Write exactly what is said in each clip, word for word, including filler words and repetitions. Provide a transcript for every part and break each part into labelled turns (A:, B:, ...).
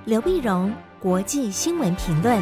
A: 刘必荣国际新闻评论。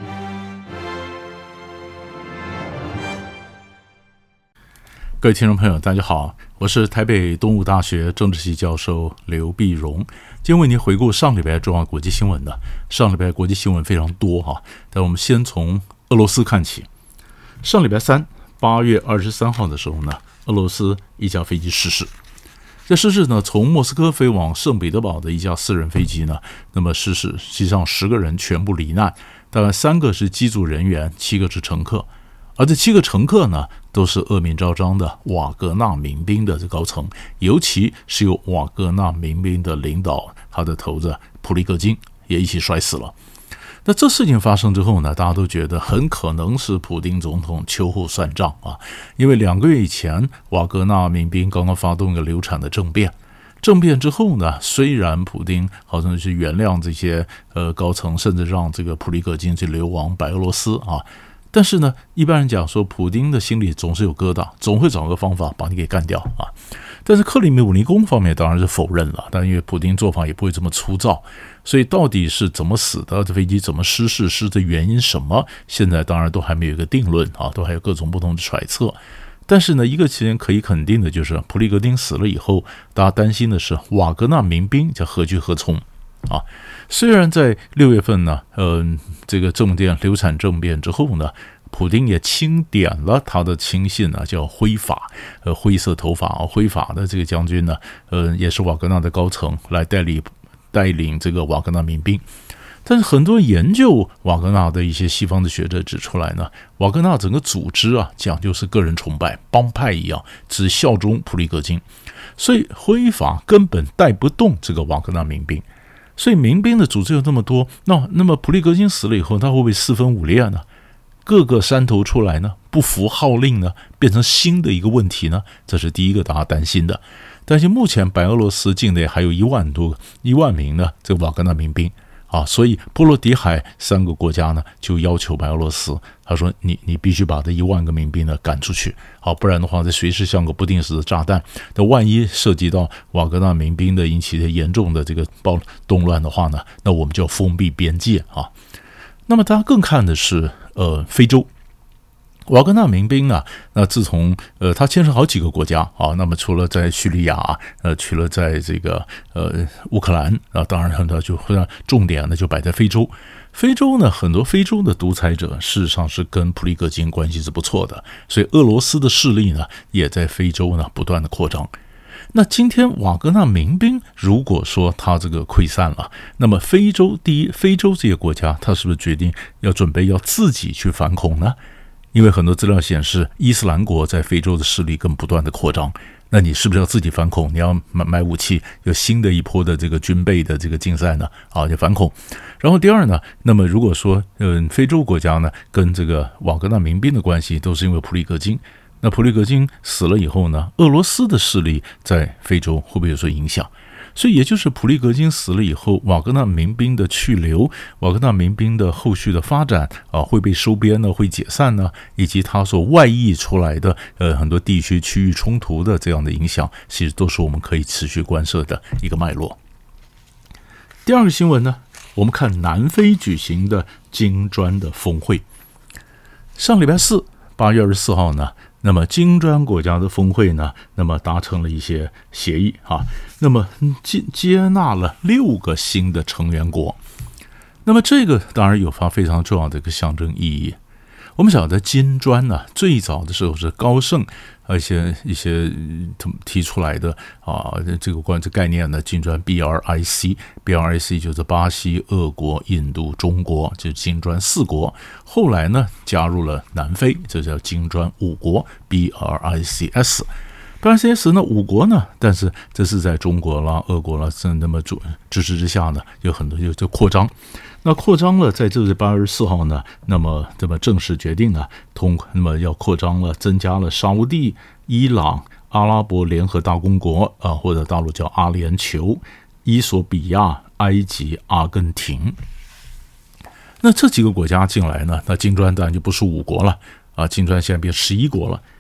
B: 各位听众朋友大家好，我是台北东吴大学政治系教授刘必荣，今天为您回顾上礼拜重要国际新闻的。上礼拜国际新闻非常多哈，但我们先从俄罗斯看起。上礼拜三八月二十三号的时候呢，俄罗斯一架飞机失事。这失事呢，从莫斯科飞往圣彼得堡的一架私人飞机呢，那么失事，实际上十个人全部罹难，大概三个是机组人员，七个是乘客。而这七个乘客呢，都是恶名昭彰的瓦格纳民兵的高层，尤其是由瓦格纳民兵的领导，他的头子普利戈金也一起摔死了。那这事情发生之后呢，大家都觉得很可能是普丁总统秋后算账啊，因为两个月以前，瓦格纳民兵刚刚发动一个流产的政变。政变之后呢，虽然普丁好像是原谅这些呃高层，甚至让这个普利戈金去流亡白俄罗斯啊。但是呢，一般人讲说，普丁的心里总是有疙瘩，总会找个方法把你给干掉啊。但是克里姆林宫方面当然是否认了，但因为普丁做法也不会这么粗糙，所以到底是怎么死的，这飞机怎么失事，失的原因什么，现在当然都还没有一个定论啊，都还有各种不同的揣测。但是呢，一个其实可以肯定的就是，普利戈丁死了以后，大家担心的是瓦格纳民兵将何去何从啊。虽然在六月份呢，呃，这个政变流产政变之后呢，普丁也钦点了他的亲信呢，叫辉法，呃，灰色头发啊，辉法的这个将军呢，呃，也是瓦格纳的高层，来代理带领这个瓦格纳民兵。但是很多研究瓦格纳的一些西方的学者指出来呢，瓦格纳整个组织啊，讲究是个人崇拜，帮派一样，只效忠普利戈金，所以辉法根本带不动这个瓦格纳民兵。所以民兵的组织有这么多，那那么普利戈金死了以后，他会不会四分五裂呢？各个山头出来呢？不服号令呢？变成新的一个问题呢？这是第一个大家担心的。但是目前白俄罗斯境内还有一万多一万名呢，这个瓦格纳民兵啊，所以波罗的海三个国家呢就要求白俄罗斯，他说你你必须把这一万个民兵呢赶出去，好，不然的话这随时像个不定时的炸弹，那万一涉及到瓦格纳民兵的引起的严重的这个暴动乱的话呢，那我们就要封闭边界啊。那么大家更看的是呃非洲。瓦格纳民兵呢？那自从呃，他牵涉好几个国家啊。那么除了在叙利亚，呃，除了在这个呃乌克兰啊，当然很多就重点呢就摆在非洲。非洲呢，很多非洲的独裁者事实上是跟普利戈金关系是不错的，所以俄罗斯的势力呢也在非洲呢不断的扩张。那今天瓦格纳民兵如果说他这个溃散了，那么非洲第一，非洲这些国家，他是不是决定要准备要自己去反恐呢？因为很多资料显示，伊斯兰国在非洲的势力更不断的扩张，那你是不是要自己反恐？你要买买武器，有新的一波的这个军备的这个竞赛呢？啊，就反恐。然后第二呢，那么如果说，嗯，非洲国家呢跟这个瓦格纳民兵的关系都是因为普利戈金，那普利戈金死了以后呢，俄罗斯的势力在非洲会不会有所影响？所以也就是普利戈金死了以后，瓦格纳民兵的去留，瓦格纳民兵的后续的发展啊，会被收编呢，会解散呢，以及它所外溢出来的呃很多地区区域冲突的这样的影响，其实都是我们可以持续观测的一个脉络。第二个新闻呢，我们看南非举行的金砖的峰会。上礼拜四，八月二十四号呢。那么金砖国家的峰会呢，那么达成了一些协议啊，那么接接纳了六个新的成员国，那么这个当然有它非常重要的一个象征意义。我们晓得金砖呢、啊，最早的时候是高盛而且一些提出来的啊，这个关于这概念呢，金砖 B R I C，B R I C 就是巴西、俄国、印度、中国，就是金砖四国。后来呢，加入了南非，这叫金砖五国 B R I C S。B R I C S 呢，五国呢，但是这是在中国啦、俄国啦，那么支持之下呢，有很多就就扩张。那扩张了，在这个八月四号呢，那么这么正式决定呢，通那么要扩张了，增加了沙烏地、伊朗、阿拉伯联合大公国啊，或者大陆叫阿联酋、伊索比亚、埃及、阿根廷。那这几个国家进来呢，那金砖当然就不是五国了啊，金砖现在变十一国了。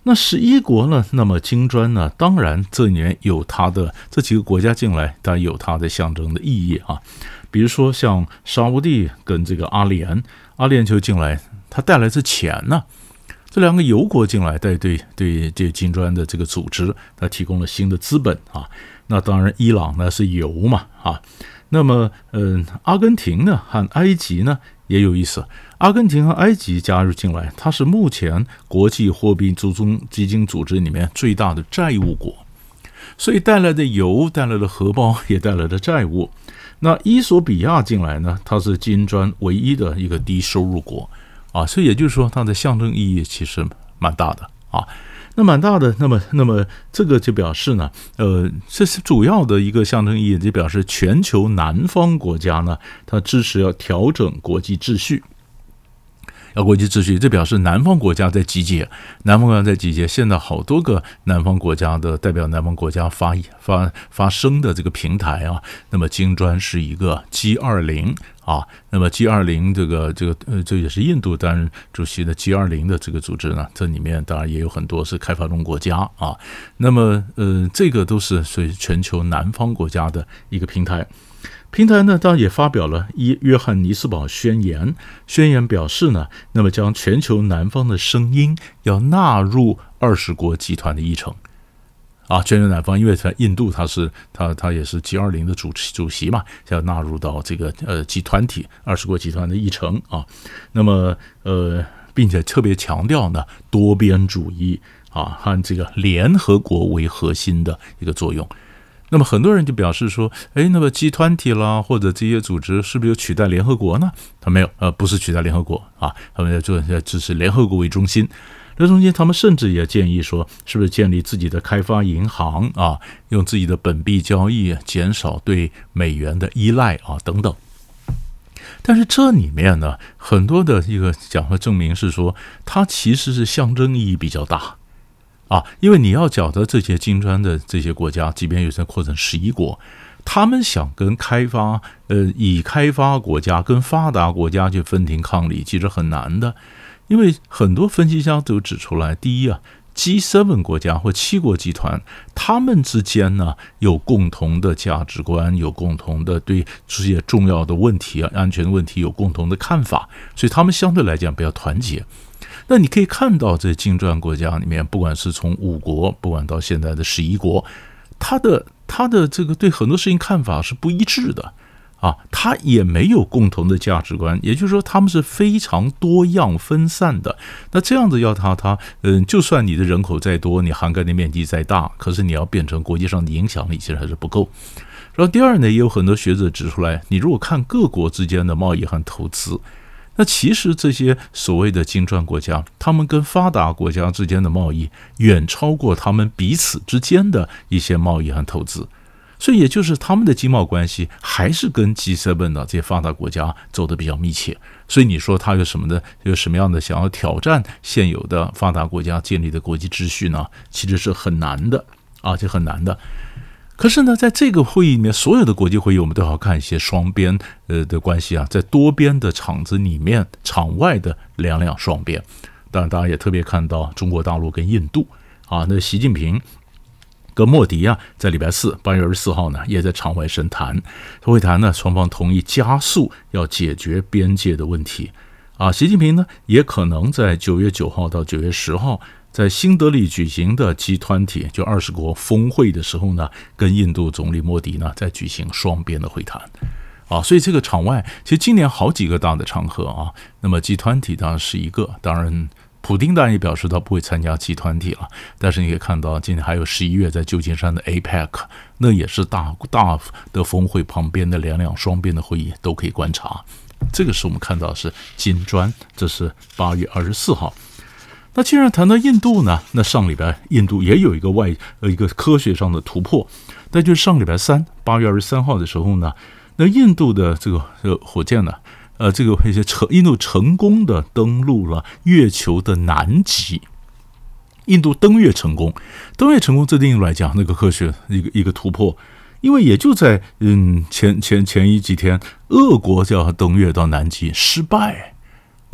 B: 那十一国呢？那么金砖呢？当然这里面有它的这几个国家进来，当然有它的象征的意义啊。比如说像沙烏地跟这个阿联，阿联酋进来，它带来是钱呢、啊。这两个油国进来，对对对，这金砖的这个组织，它提供了新的资本啊。那当然，伊朗呢是油嘛啊。那么，嗯，阿根廷呢和埃及呢也有意思。阿根廷和埃及加入进来，它是目前国际货币基金组织里面最大的债务国，所以带来的油、带来的荷包，也带来的债务。那伊索比亚进来呢，它是金砖唯一的一个低收入国啊，所以也就是说，它的象征意义其实蛮大的啊。那蛮大的，那么，那么这个就表示呢，呃，这是主要的一个象征意义，就表示全球南方国家呢，它支持要调整国际秩序，要国际秩序，这表示南方国家在集结，南方国家在集结。现在好多个南方国家的代表南方国家发发发声的这个平台啊，那么金砖是一个 G 二十。啊，那么 G 二十 这个这个呃，这也是印度担任主席的 G 二十 的这个组织呢，这里面当然也有很多是开发中国家啊。那么呃，这个都是属于全球南方国家的一个平台。平台呢，当然也发表了《约翰尼斯堡宣言》，宣言表示呢，那么将全球南方的声音要纳入二十国集团的议程。啊，全球南方，因为在印度它是它它也是 G 二十 的主主席嘛，要纳入到这个呃集团体二十国集团的议程啊。那么呃，并且特别强调呢多边主义啊和这个联合国为核心的一个作用。那么很多人就表示说，哎，那么集团体啦或者这些组织是不是有取代联合国呢？他没有，呃，不是取代联合国啊，他们要做要支持联合国为中心。这中间，他们甚至也建议说，是不是建立自己的开发银行啊，用自己的本币交易，减少对美元的依赖啊，等等。但是这里面呢，很多的一个讲和证明是说，它其实是象征意义比较大啊，因为你要晓得这些金砖的这些国家，即便有些扩成十一国，他们想跟开发呃以开发国家跟发达国家去分庭抗礼，其实很难的。因为很多分析家都指出来，第一啊 ，G 七 国家或七国集团，他们之间呢有共同的价值观，有共同的对这些重要的问题啊、安全问题有共同的看法，所以他们相对来讲比较团结。那你可以看到，这金砖国家里面，不管是从五国，不管到现在的十一国，他的他的这个对很多事情看法是不一致的。啊，他也没有共同的价值观，也就是说，他们是非常多样分散的。那这样子要他，他嗯，就算你的人口再多，你涵盖的面积再大，可是你要变成国际上的影响力，其实还是不够。然后第二呢，也有很多学者指出来，你如果看各国之间的贸易和投资，那其实这些所谓的金砖国家，他们跟发达国家之间的贸易远超过他们彼此之间的一些贸易和投资。所以也就是他们的经贸关系还是跟 G 七 的这些发达国家走得比较密切。所以你说他有什么的有什么样的想要挑战现有的发达国家建立的国际秩序呢？其实是很难的啊，这很难的。可是呢，在这个会议里面，所有的国际会议我们都要看一些双边呃的关系啊，在多边的场子里面，场外的两两双边。当然，大家也特别看到中国大陆跟印度啊，那习近平跟莫迪啊，在礼拜四八月二十四号呢，也在场外深谈。会谈呢，双方同意加速要解决边界的问题。啊，习近平呢，也可能在九月九号到九月十号，在新德里举行的集团体就二十国峰会的时候呢，跟印度总理莫迪呢，在举行双边的会谈。啊，所以这个场外其实今年好几个大的场合啊，那么集团体当然是一个，当然。普丁当然也表示他不会参加集团体了，但是你可以看到，今年还有十一月在旧金山的 A P E C， 那也是大大的峰会旁边的两两双边的会议都可以观察。这个是我们看到的是金砖，这是八月二十四号。那既然谈到印度呢，那上礼拜印度也有一个外呃一个科学上的突破，那就是上礼拜三八月二十三号的时候呢，那印度的这个这个火箭呢。呃，这个一些成印度成功的登陆了月球的南极，印度登月成功，登月成功，这对印度来讲，那个科学一个一个突破，因为也就在嗯前前前一几天，俄国就要登月到南极失败，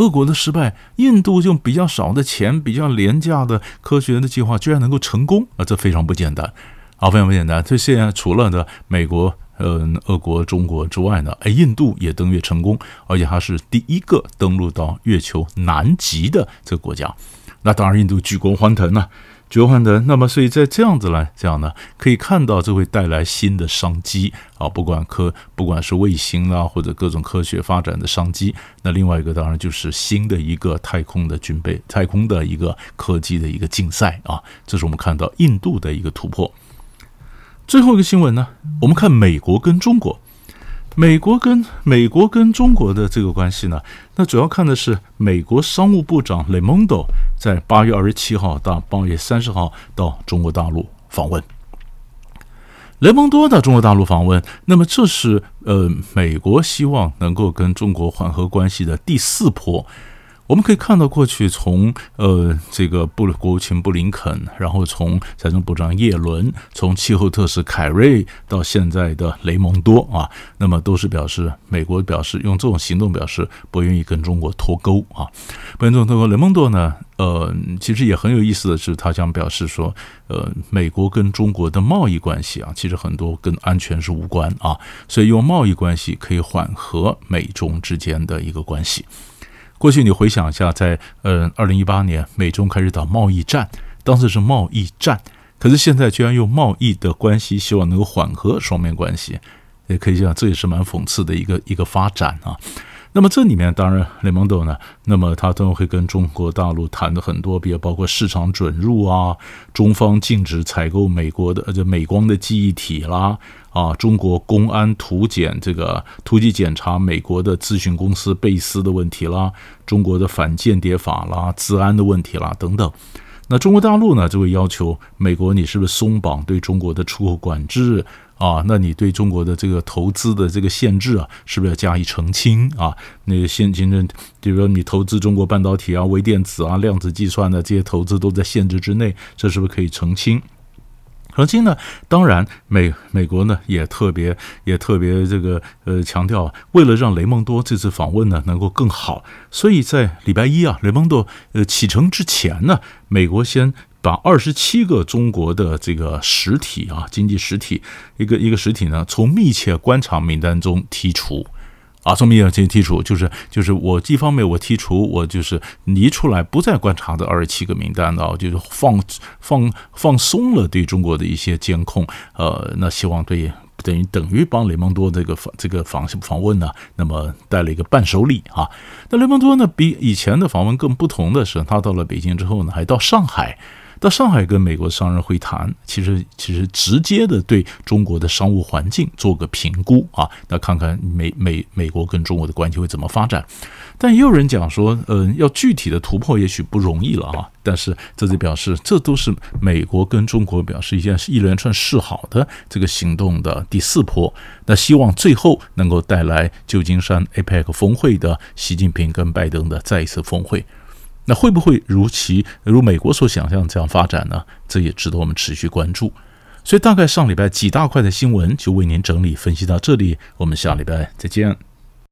B: 俄国的失败，印度用比较少的钱、比较廉价的科学的计划，居然能够成功啊，这非常不简单啊，非常不简单。所以现在除了呢美国、呃俄国、中国之外呢，哎，印度也登月成功，而且它是第一个登陆到月球南极的这个国家。那当然，印度举国欢腾啊。举国欢腾，那么所以在这样子来讲呢，可以看到这会带来新的商机啊，不管科不管是卫星啦，或者各种科学发展的商机。那另外一个当然就是新的一个太空的军备、太空的一个科技的一个竞赛啊，这是我们看到印度的一个突破。最后一个新闻呢，我们看美国跟中国。美国跟美国跟中国的这个关系呢，那主要看的是美国商务部长雷蒙多在八月二十七号到八月三十号到中国大陆访问。雷蒙多到中国大陆访问，那么这是呃美国希望能够跟中国缓和关系的第四波。我们可以看到，过去从呃这个布国务卿布林肯，然后从财政部长耶伦，从气候特使凯瑞到现在的雷蒙多啊，那么都是表示美国表示用这种行动表示不愿意跟中国脱钩啊，不愿意脱钩。雷蒙多呢，呃，其实也很有意思的是，他想表示说，呃，美国跟中国的贸易关系啊，其实很多跟安全是无关啊，所以用贸易关系可以缓和美中之间的一个关系。过去你回想一下，在呃二零一八年美中开始打贸易战，当时是贸易战，可是现在居然用贸易的关系希望能够缓和双边关系，也可以讲这也是蛮讽刺的一个一个发展啊。那么这里面当然雷蒙多呢，那么他都会跟中国大陆谈的很多，比如包括市场准入啊，中方禁止采购美国的呃美光的记忆体啦，啊，中国公安突检这个突击检查美国的咨询公司贝斯的问题啦，中国的反间谍法啦，治安的问题啦等等。那中国大陆呢，就会要求美国你是不是松绑对中国的出口管制啊？那你对中国的这个投资的这个限制啊，是不是要加以澄清啊？那个现今的，比如说你投资中国半导体啊、微电子啊、量子计算的这些投资都在限制之内，这是不是可以澄清？澄清呢，当然美美国呢也特别也特别这个呃强调，为了让雷蒙多这次访问呢能够更好，所以在礼拜一啊，雷蒙多呃启程之前呢，美国先把二十七个中国的这个实体啊经济实体一个一个实体呢从密切观察名单中剔除。啊，从密切进行剔除，就是就是我一方面我剔除，我就是移出来不再观察的二十七个名单啊，就是放放放松了对中国的一些监控，呃，那希望对等于等于帮雷蒙多这个这个访访问呢，那么带了一个伴手礼啊。那雷蒙多呢，比以前的访问更不同的是，他到了北京之后呢，还到上海。到上海跟美国商人会谈，其实其实直接的对中国的商务环境做个评估啊，那看看美美美国跟中国的关系会怎么发展。但也有人讲说，呃，要具体的突破也许不容易了啊。但是这就表示，这都是美国跟中国表示一件一连串示好的这个行动的第四波。那希望最后能够带来旧金山 A P E C 峰会的习近平跟拜登的再一次峰会。那会不会如其如美国所想象这样发展呢？这也值得我们持续关注。所以大概上礼拜几大块的新闻就为您整理分析到这里，我们下礼拜再见。